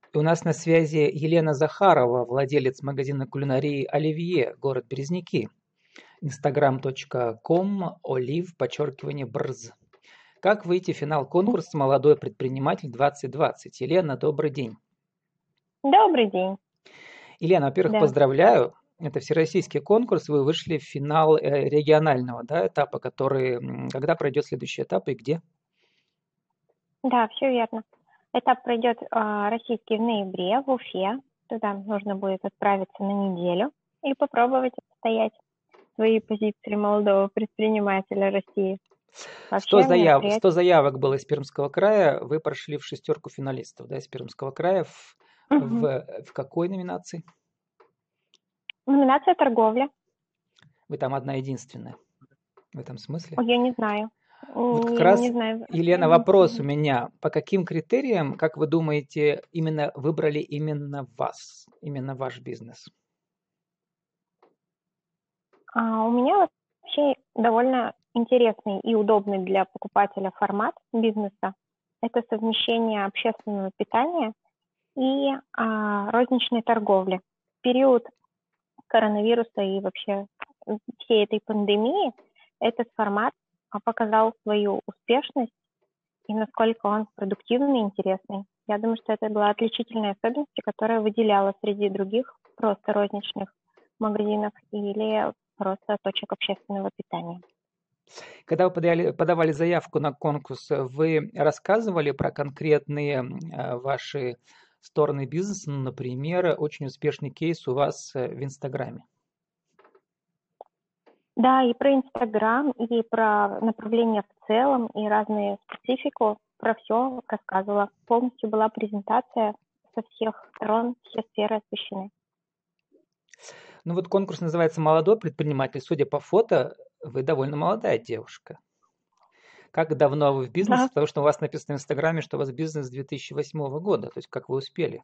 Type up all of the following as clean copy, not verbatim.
И у нас на связи Елена Захарова, владелец магазина кулинарии «Оливье», город Березники. Instagram.com olive_brz. Как выйти в финал конкурса «Молодой предприниматель 2020»? Елена, добрый день. Добрый день. Елена, во-первых, Да. поздравляю. Это всероссийский конкурс, вы вышли в финал регионального этапа, когда пройдет следующий этап и где? Да, все верно. Этап пройдет российский в ноябре в Уфе. Туда нужно будет отправиться на неделю и попробовать отстоять свои позиции молодого предпринимателя России. 100 Вообще мероприятие. заявок было из Пермского края, вы прошли в шестерку финалистов, да, из Пермского края. Мгм. В какой номинации? Номинация торговля. Вы там одна единственная в этом смысле. Ой, я не знаю. Вот как Я не раз, знаю. Елена, вопрос у меня. По каким критериям, как вы думаете, именно выбрали именно вас, именно ваш бизнес? У меня вообще довольно интересный и удобный для покупателя формат бизнеса. Это совмещение общественного питания и розничной торговли. В период коронавируса и вообще всей этой пандемии этот формат показал свою успешность и насколько он продуктивный и интересный. Я думаю, что это была отличительная особенность, которая выделяла среди других просто розничных магазинов или просто точек общественного питания. Когда вы подавали заявку на конкурс, вы рассказывали про конкретные ваши стороны бизнеса, ну, например, очень успешный кейс у вас в Инстаграме? Да, и про Инстаграм, и про направления в целом, и разные специфику, про все рассказывала. Полностью была презентация со всех сторон, все сферы освещены. Ну вот конкурс называется «Молодой предприниматель». Судя по фото, вы довольно молодая девушка. Как давно вы в бизнесе? Да, Потому что у вас написано в Инстаграме, что у вас бизнес с 2008 года. То есть как вы успели?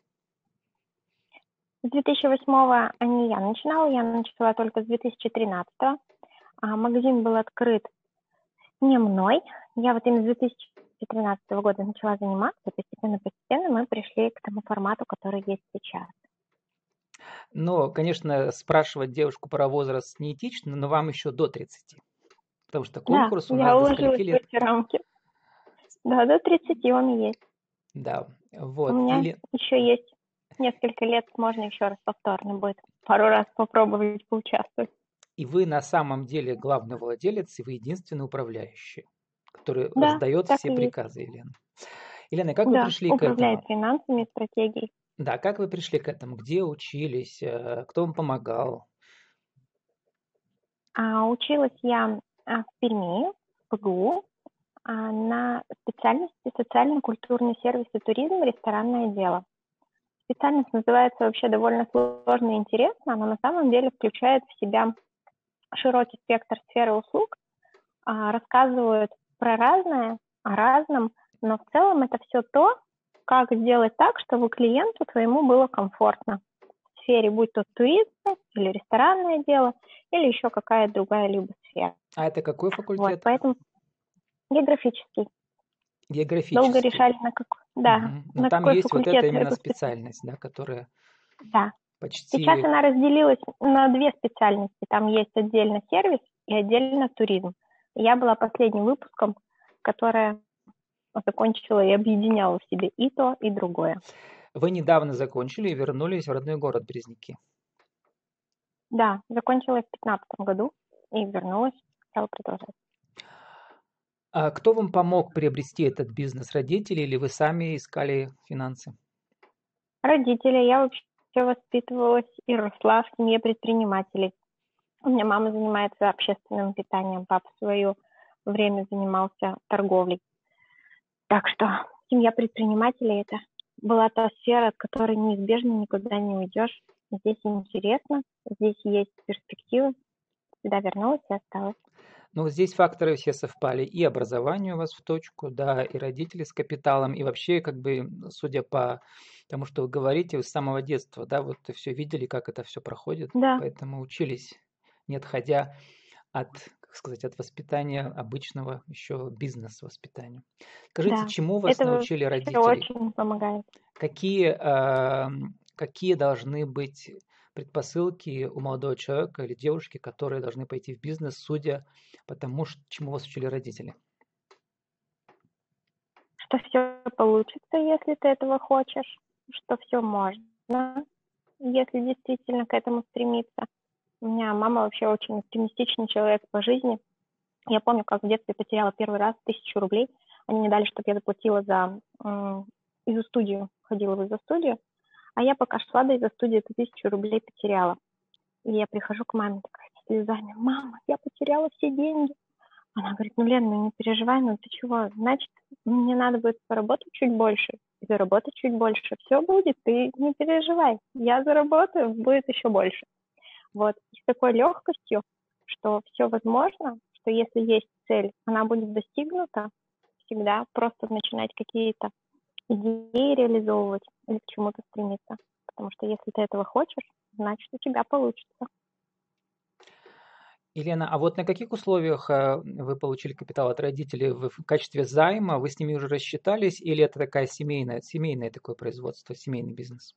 с 2008-го не я начала только с 2013-го. Магазин был открыт не мной. Я вот именно с 2013 года начала заниматься, постепенно мы пришли к тому формату, который есть сейчас. Но, конечно, спрашивать девушку про возраст неэтично, но вам еще до 30. Потому что Да, конкурс у нас я до скольки уложилась в лет? эти рамки. Да, до 30 он и есть. Да, У вот. меня Или еще есть несколько лет, можно еще раз повторно будет пару раз попробовать поучаствовать. и вы на самом деле главный владелец, и вы единственный управляющий, который Да, раздает так все и есть. приказы, Елена. Елена, как вы Да, пришли к управляет этому? финансами, стратегией. Да, как вы пришли к этому? Где учились? Кто вам помогал? Училась я в Перми, в ПГУ, на специальности социально-культурный сервис и туризм, ресторанное дело. Специальность называется вообще довольно сложно и интересно, но на самом деле включает в себя широкий спектр сферы услуг, рассказывают про разное, о разном, но в целом это все то, как сделать так, чтобы клиенту твоему было комфортно в сфере, будь то туризм или ресторанное дело, или еще какая-то другая либо сфера. А это какой Вот, факультет? поэтому географический. Долго Географический. решали, Мгм. Но на там какой есть вот эта факультет именно эту специальность. специальность, да, которая Да. Сейчас почти... она разделилась на две специальности. Там есть отдельно сервис и отдельно туризм. Я была последним выпуском, которая закончила и объединяла в себе и то, и другое. Вы недавно закончили и вернулись в родной город Березники. Да, закончила в 2015 году и вернулась, стала продолжать. А кто вам помог приобрести этот бизнес? Родители или вы сами искали финансы? Родители, я вообще воспитывалась и росла в семье предпринимателей. У меня мама занимается общественным питанием, папа в свое время занимался торговлей. Так что семья предпринимателей – это была та сфера, от которой неизбежно никуда не уйдешь. Здесь интересно, здесь есть перспективы. Сюда вернулась и осталась. Ну, вот здесь факторы все совпали. И образование у вас в точку, да, и родители с капиталом, и вообще, как бы, судя по тому, что вы говорите, вы с самого детства, да, вот все видели, как это все проходит, Да, поэтому учились, не отходя от, как сказать, от воспитания обычного еще бизнес-воспитания. Скажите, Да, чему вас это научили вообще родители? очень помогает. Какие должны быть предпосылки у молодого человека или девушки, которые должны пойти в бизнес, судя по тому, чему вас учили родители? Что все получится, если ты этого хочешь, что все можно, если действительно к этому стремиться. У меня мама вообще очень оптимистичный человек по жизни. Я помню, как в детстве потеряла первый раз 1000 рублей. Они мне дали, чтобы я заплатила за изо-студию, ходила в изо-студию. А я пока шла до изо-студии, эту 1000 рублей потеряла. И я прихожу к маме такая со слезами: мама, я потеряла все деньги. Она говорит: ну, Лен, ну не переживай, ну ты чего? Значит, мне надо будет поработать чуть больше, заработать чуть больше. Все будет, ты не переживай. Я заработаю, будет еще больше. Вот. И с такой легкостью, что все возможно, что если есть цель, она будет достигнута всегда. Просто начинать какие-то идеи реализовывать или к чему-то стремиться. Потому что если ты этого хочешь, значит, у тебя получится. Елена, а вот на каких условиях вы получили капитал от родителей? В качестве займа вы с ними уже рассчитались, или это такая семейное такое производство, семейный бизнес?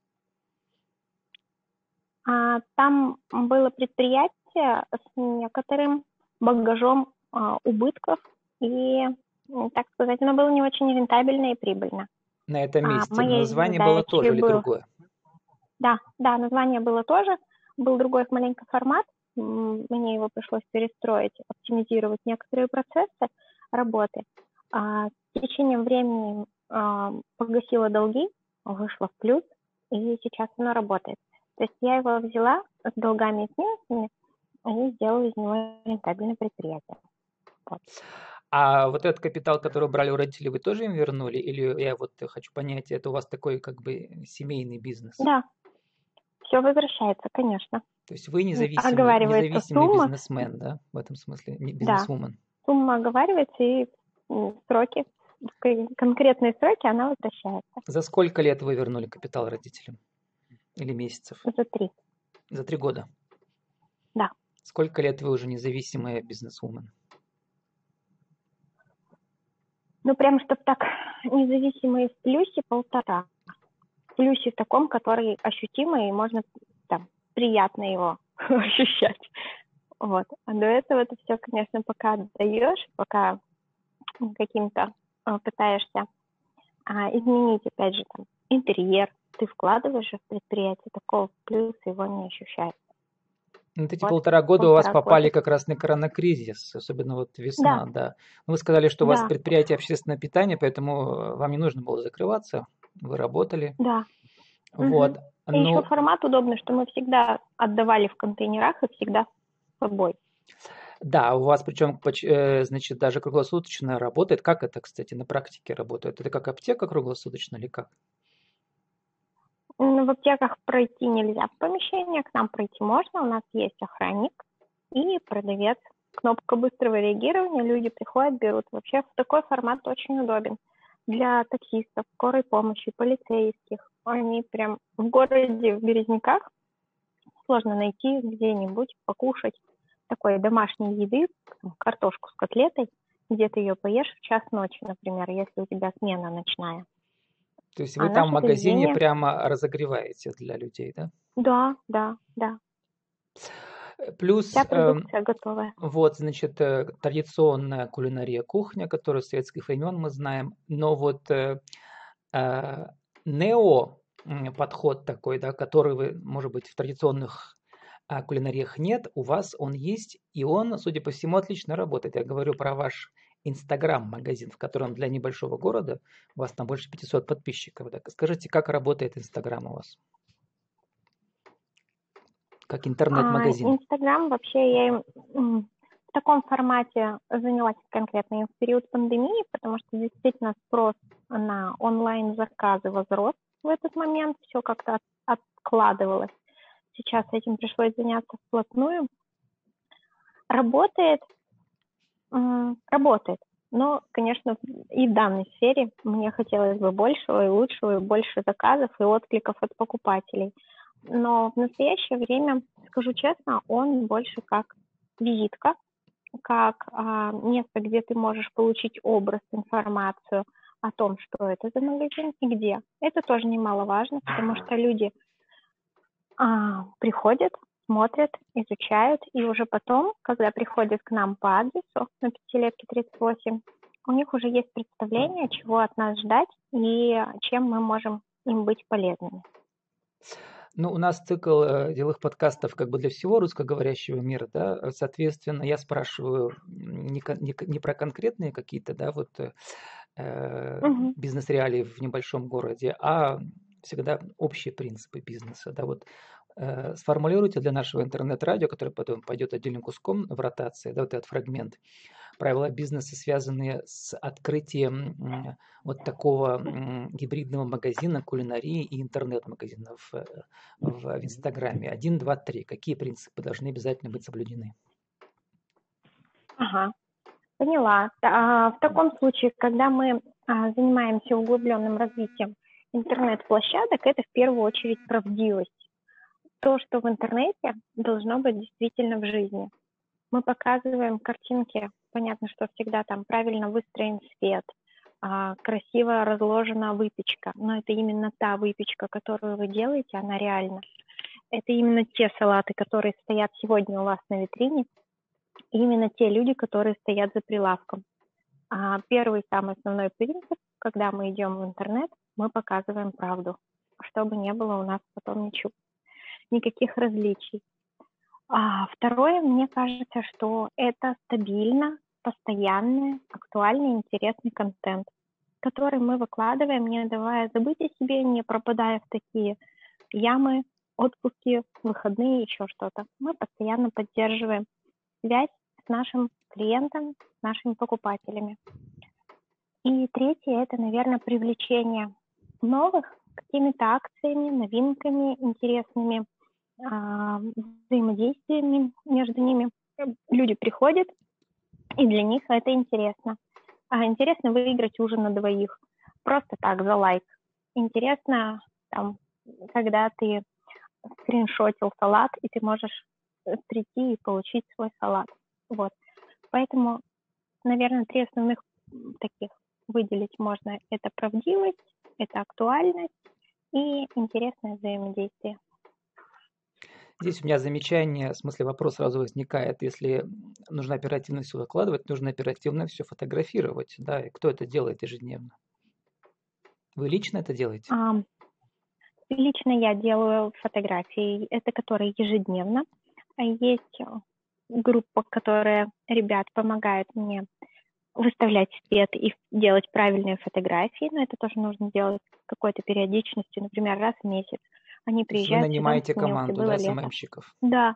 Там было предприятие с некоторым багажом убытков, и, так сказать, оно было не очень рентабельно и прибыльно. На этом месте. Но Моей название было задачей тоже или был, другое? да, название было тоже, был другой маленький формат, мне его пришлось перестроить, оптимизировать некоторые процессы работы. С течением времени погасила долги, вышла в плюс, и сейчас оно работает. То есть я его взяла с долгами и с минусами и сделала из него рентабельное предприятие. Вот. А вот этот капитал, который брали у родителей, вы тоже им вернули? Или я вот хочу понять, это у вас такой как бы семейный бизнес? Да, все возвращается, конечно. То есть вы Оговаривается независимый сумма, бизнесмен, да, в этом смысле, не да, бизнесвумен? сумма оговаривается, и сроки, конкретные сроки она возвращается За сколько лет вы вернули капитал родителям? Или месяцев? за 3. За 3 года. Да. Сколько лет вы уже независимая бизнесвумен? Ну, прям, чтобы так независимые в плюсе 1,5. В плюсе в таком, который ощутимый, и можно там приятно его ощущать. Вот. А до этого это все, конечно, пока отдаешь, пока каким-то пытаешься изменить, опять же, там, интерьер, ты вкладываешь в предприятие, такого плюса его не ощущается. Вот эти Вот 1,5 года у вас 1,5 попали года. как раз на коронакризис, особенно вот Да, весна, да. Но вы сказали, что у вас да, предприятие общественного питания, поэтому вам не нужно было закрываться, вы работали. да. Угу. Вот. И еще Ну, формат удобный, что мы всегда отдавали в контейнерах и всегда с собой. да, у вас причем, значит, даже круглосуточно работает. Как это, кстати, на практике работает? Это как аптека круглосуточно или как? В аптеках пройти нельзя в помещение, к нам пройти можно, у нас есть охранник и продавец. Кнопка быстрого реагирования, люди приходят, берут. Вообще такой формат очень удобен для таксистов, скорой помощи, полицейских. Они прям в городе, в Березниках, сложно найти где-нибудь покушать такой домашней еды, картошку с котлетой, где ты ее поешь в час ночи, например, если у тебя смена ночная. То есть вы А там в наше магазине заведение, прямо разогреваете для людей, да? да, Плюс вся продукция готовая. вот, значит, традиционная кулинария кухня, которую с советских времен мы знаем, но вот нео подход такой, да, который вы, может быть, в традиционных кулинариях нет, у вас он есть, и он, судя по всему, отлично работает. Я говорю про ваш Инстаграм-магазин, в котором для небольшого города у вас там больше 500 подписчиков. Да. Скажите, как работает Инстаграм у вас? Как интернет-магазин? Инстаграм вообще я им в таком формате занялась конкретно в период пандемии, потому что действительно спрос на онлайн-заказы возрос в этот момент, все как-то откладывалось. Сейчас этим пришлось заняться вплотную. Работает, работает. Но, конечно, и в данной сфере мне хотелось бы большего и лучшего, и больше заказов, и откликов от покупателей. Но в настоящее время, скажу честно, он больше как визитка. как место, где ты можешь получить образ, информацию о том, что это за магазин и где. Это тоже немаловажно, потому что люди приходят, смотрят, изучают, и уже потом, когда приходят к нам по адресу на Пятилетки 38, у них уже есть представление, чего от нас ждать и чем мы можем им быть полезными. Ну, у нас цикл деловых подкастов как бы для всего русскоговорящего мира, да, соответственно, я спрашиваю не про конкретные какие-то, да, вот бизнес-реалии в небольшом городе, а всегда общие принципы бизнеса, да, вот сформулируйте для нашего интернет-радио, которое потом пойдет отдельным куском в ротации, да, вот этот фрагмент, правила бизнеса, связанные с открытием вот такого гибридного магазина кулинарии и интернет-магазинов в Инстаграме. 1, 2, 3. Какие принципы должны обязательно быть соблюдены? Ага, поняла. В таком случае, когда мы занимаемся углубленным развитием интернет-площадок, это в первую очередь правдивость. То, что в интернете, должно быть действительно в жизни. Мы показываем картинки, понятно, что всегда там правильно выстроен свет, красиво разложена выпечка, но это именно та выпечка, которую вы делаете, она реальна. Это именно те салаты, которые стоят сегодня у вас на витрине, и именно те люди, которые стоят за прилавком. Первый самый основной принцип, когда мы идем в интернет, мы показываем правду, чтобы не было у нас потом никаких различий. Второе, мне кажется, что это стабильно, постоянный, актуальный, интересный контент, который мы выкладываем, не давая забыть о себе, не пропадая в такие ямы, отпуски, выходные, еще что-то. Мы постоянно поддерживаем связь с нашим клиентом, с нашими покупателями. И третье, это, наверное, привлечение новых какими-то акциями, новинками, интересными взаимодействиями между ними. Люди приходят, и для них это интересно. Интересно выиграть ужин на двоих. Просто так, за лайк. Интересно, там, когда ты скриншотил салат, и ты можешь прийти и получить свой салат. Вот. Поэтому, наверное, 3 основных таких выделить можно. Это правдивость, это актуальность и интересное взаимодействие. Здесь у меня замечание, в смысле вопрос сразу возникает. Если нужно оперативно все выкладывать, нужно оперативно все фотографировать. Да? И кто это делает ежедневно? Вы лично это делаете? Лично я делаю фотографии, это которые ежедневно. Есть группа, которая ребят помогает мне выставлять свет и делать правильные фотографии, но это тоже нужно делать с какой-то периодичностью, например, раз в месяц. Они приезжают, Вы сезон нанимаете сменился, команду, было да, лето. СММщиков? Да.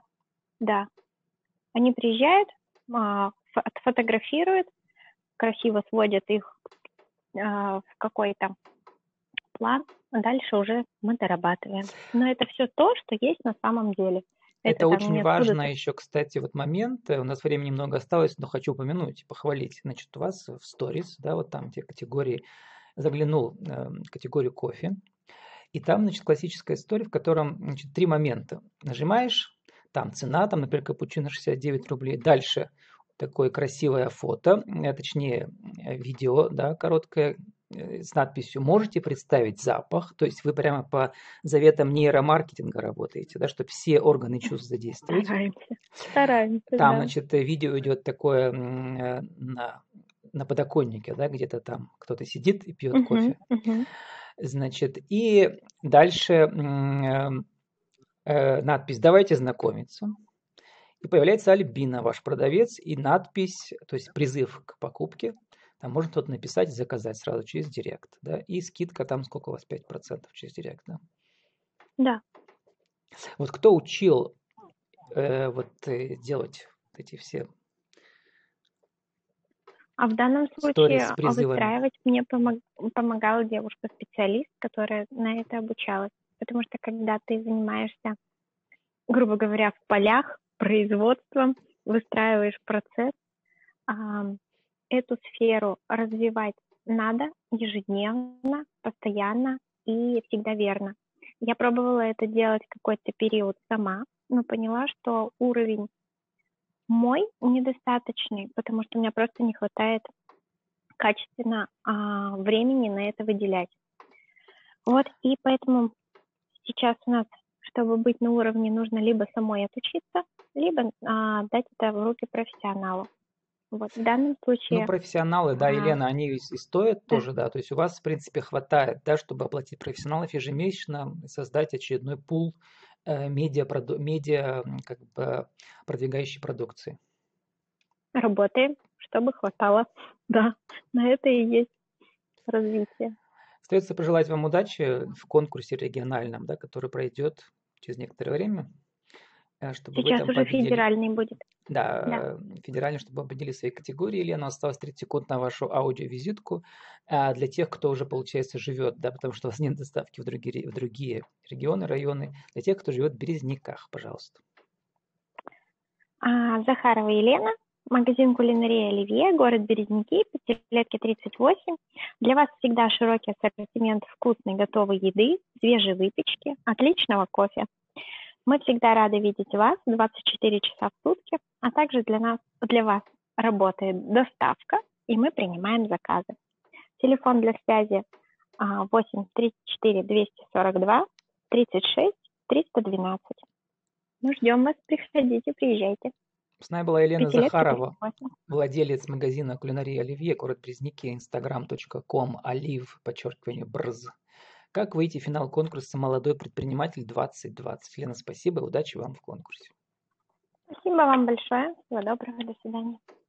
Они приезжают, фотографируют, красиво сводят их в какой-то план, а дальше уже мы дорабатываем. Но это все то, что есть на самом деле. Это там очень не важно откуда-то. еще, кстати, вот момент, у нас времени немного осталось, но хочу упомянуть, похвалить. Значит, у вас в сторис, да, вот там те категории, заглянул в категорию кофе, и там, значит, классическая история, в котором, значит, 3 момента. Нажимаешь, там цена, там, например, капучино 69 рублей. Дальше такое красивое фото, точнее, видео, да, короткое, с надписью «Можете представить запах?». То есть вы прямо по заветам нейромаркетинга работаете, да, чтобы все органы чувств задействовать. Стараемся, Там, да. значит, видео идет такое на подоконнике, да, где-то там кто-то сидит и пьет кофе. Значит, и дальше надпись «Давайте знакомиться». И появляется Альбина, ваш продавец, и надпись, то есть призыв к покупке. Там можно кто-то написать и заказать сразу через Директ. Да? И скидка там сколько у вас, 5% через Директ. Да? Да. Вот кто учил делать вот эти все В данном сторис с случае призывами? выстраивать мне помогала девушка-специалист, которая на это обучалась. Потому что когда ты занимаешься, грубо говоря, в полях, производством, выстраиваешь процесс, эту сферу развивать надо ежедневно, постоянно и всегда верно. Я пробовала это делать какой-то период сама, но поняла, что уровень мой недостаточный, потому что у меня просто не хватает качественно времени на это выделять. Вот, и поэтому сейчас у нас, чтобы быть на уровне, нужно либо самой отучиться, либо дать это в руки профессионалу. Вот, в данном Ну, случае, профессионалы, да, Елена, они и стоят да, тоже, да, то есть у вас, в принципе, хватает, да, чтобы оплатить профессионалов ежемесячно, и создать очередной пул как бы, продвигающей продукции. работаем, чтобы хватало. Да, на это и есть развитие. Остается пожелать вам удачи в конкурсе региональном, да, который пройдет через некоторое время, чтобы вы Сейчас там уже победили. федеральный будет. Да. Да, федерально, чтобы победили свои категории. Елена, осталось 30 секунд на вашу аудиовизитку. Для тех, кто уже, получается, живет, да, потому что у вас нет доставки в другие регионы, районы. Для тех, кто живет в Березниках, пожалуйста. Захарова Елена, магазин кулинарии Оливье, город Березники, Пятилетки 38. Для вас всегда широкий ассортимент вкусной готовой еды, свежей выпечки, отличного кофе. Мы всегда рады видеть вас 24 часа в сутки, а также для вас работает доставка, и мы принимаем заказы. Телефон для связи 8 34 242 36 312. Мы ждем вас, приходите, приезжайте. С нами была Елена Пятилетки Захарова, 38. владелец магазина кулинарии Оливье, город Березники, instagram.com, olive_brz. Как выйти в финал конкурса «Молодой предприниматель 2020»? Елена, спасибо, удачи вам в конкурсе. Спасибо вам большое. Всего доброго, до свидания.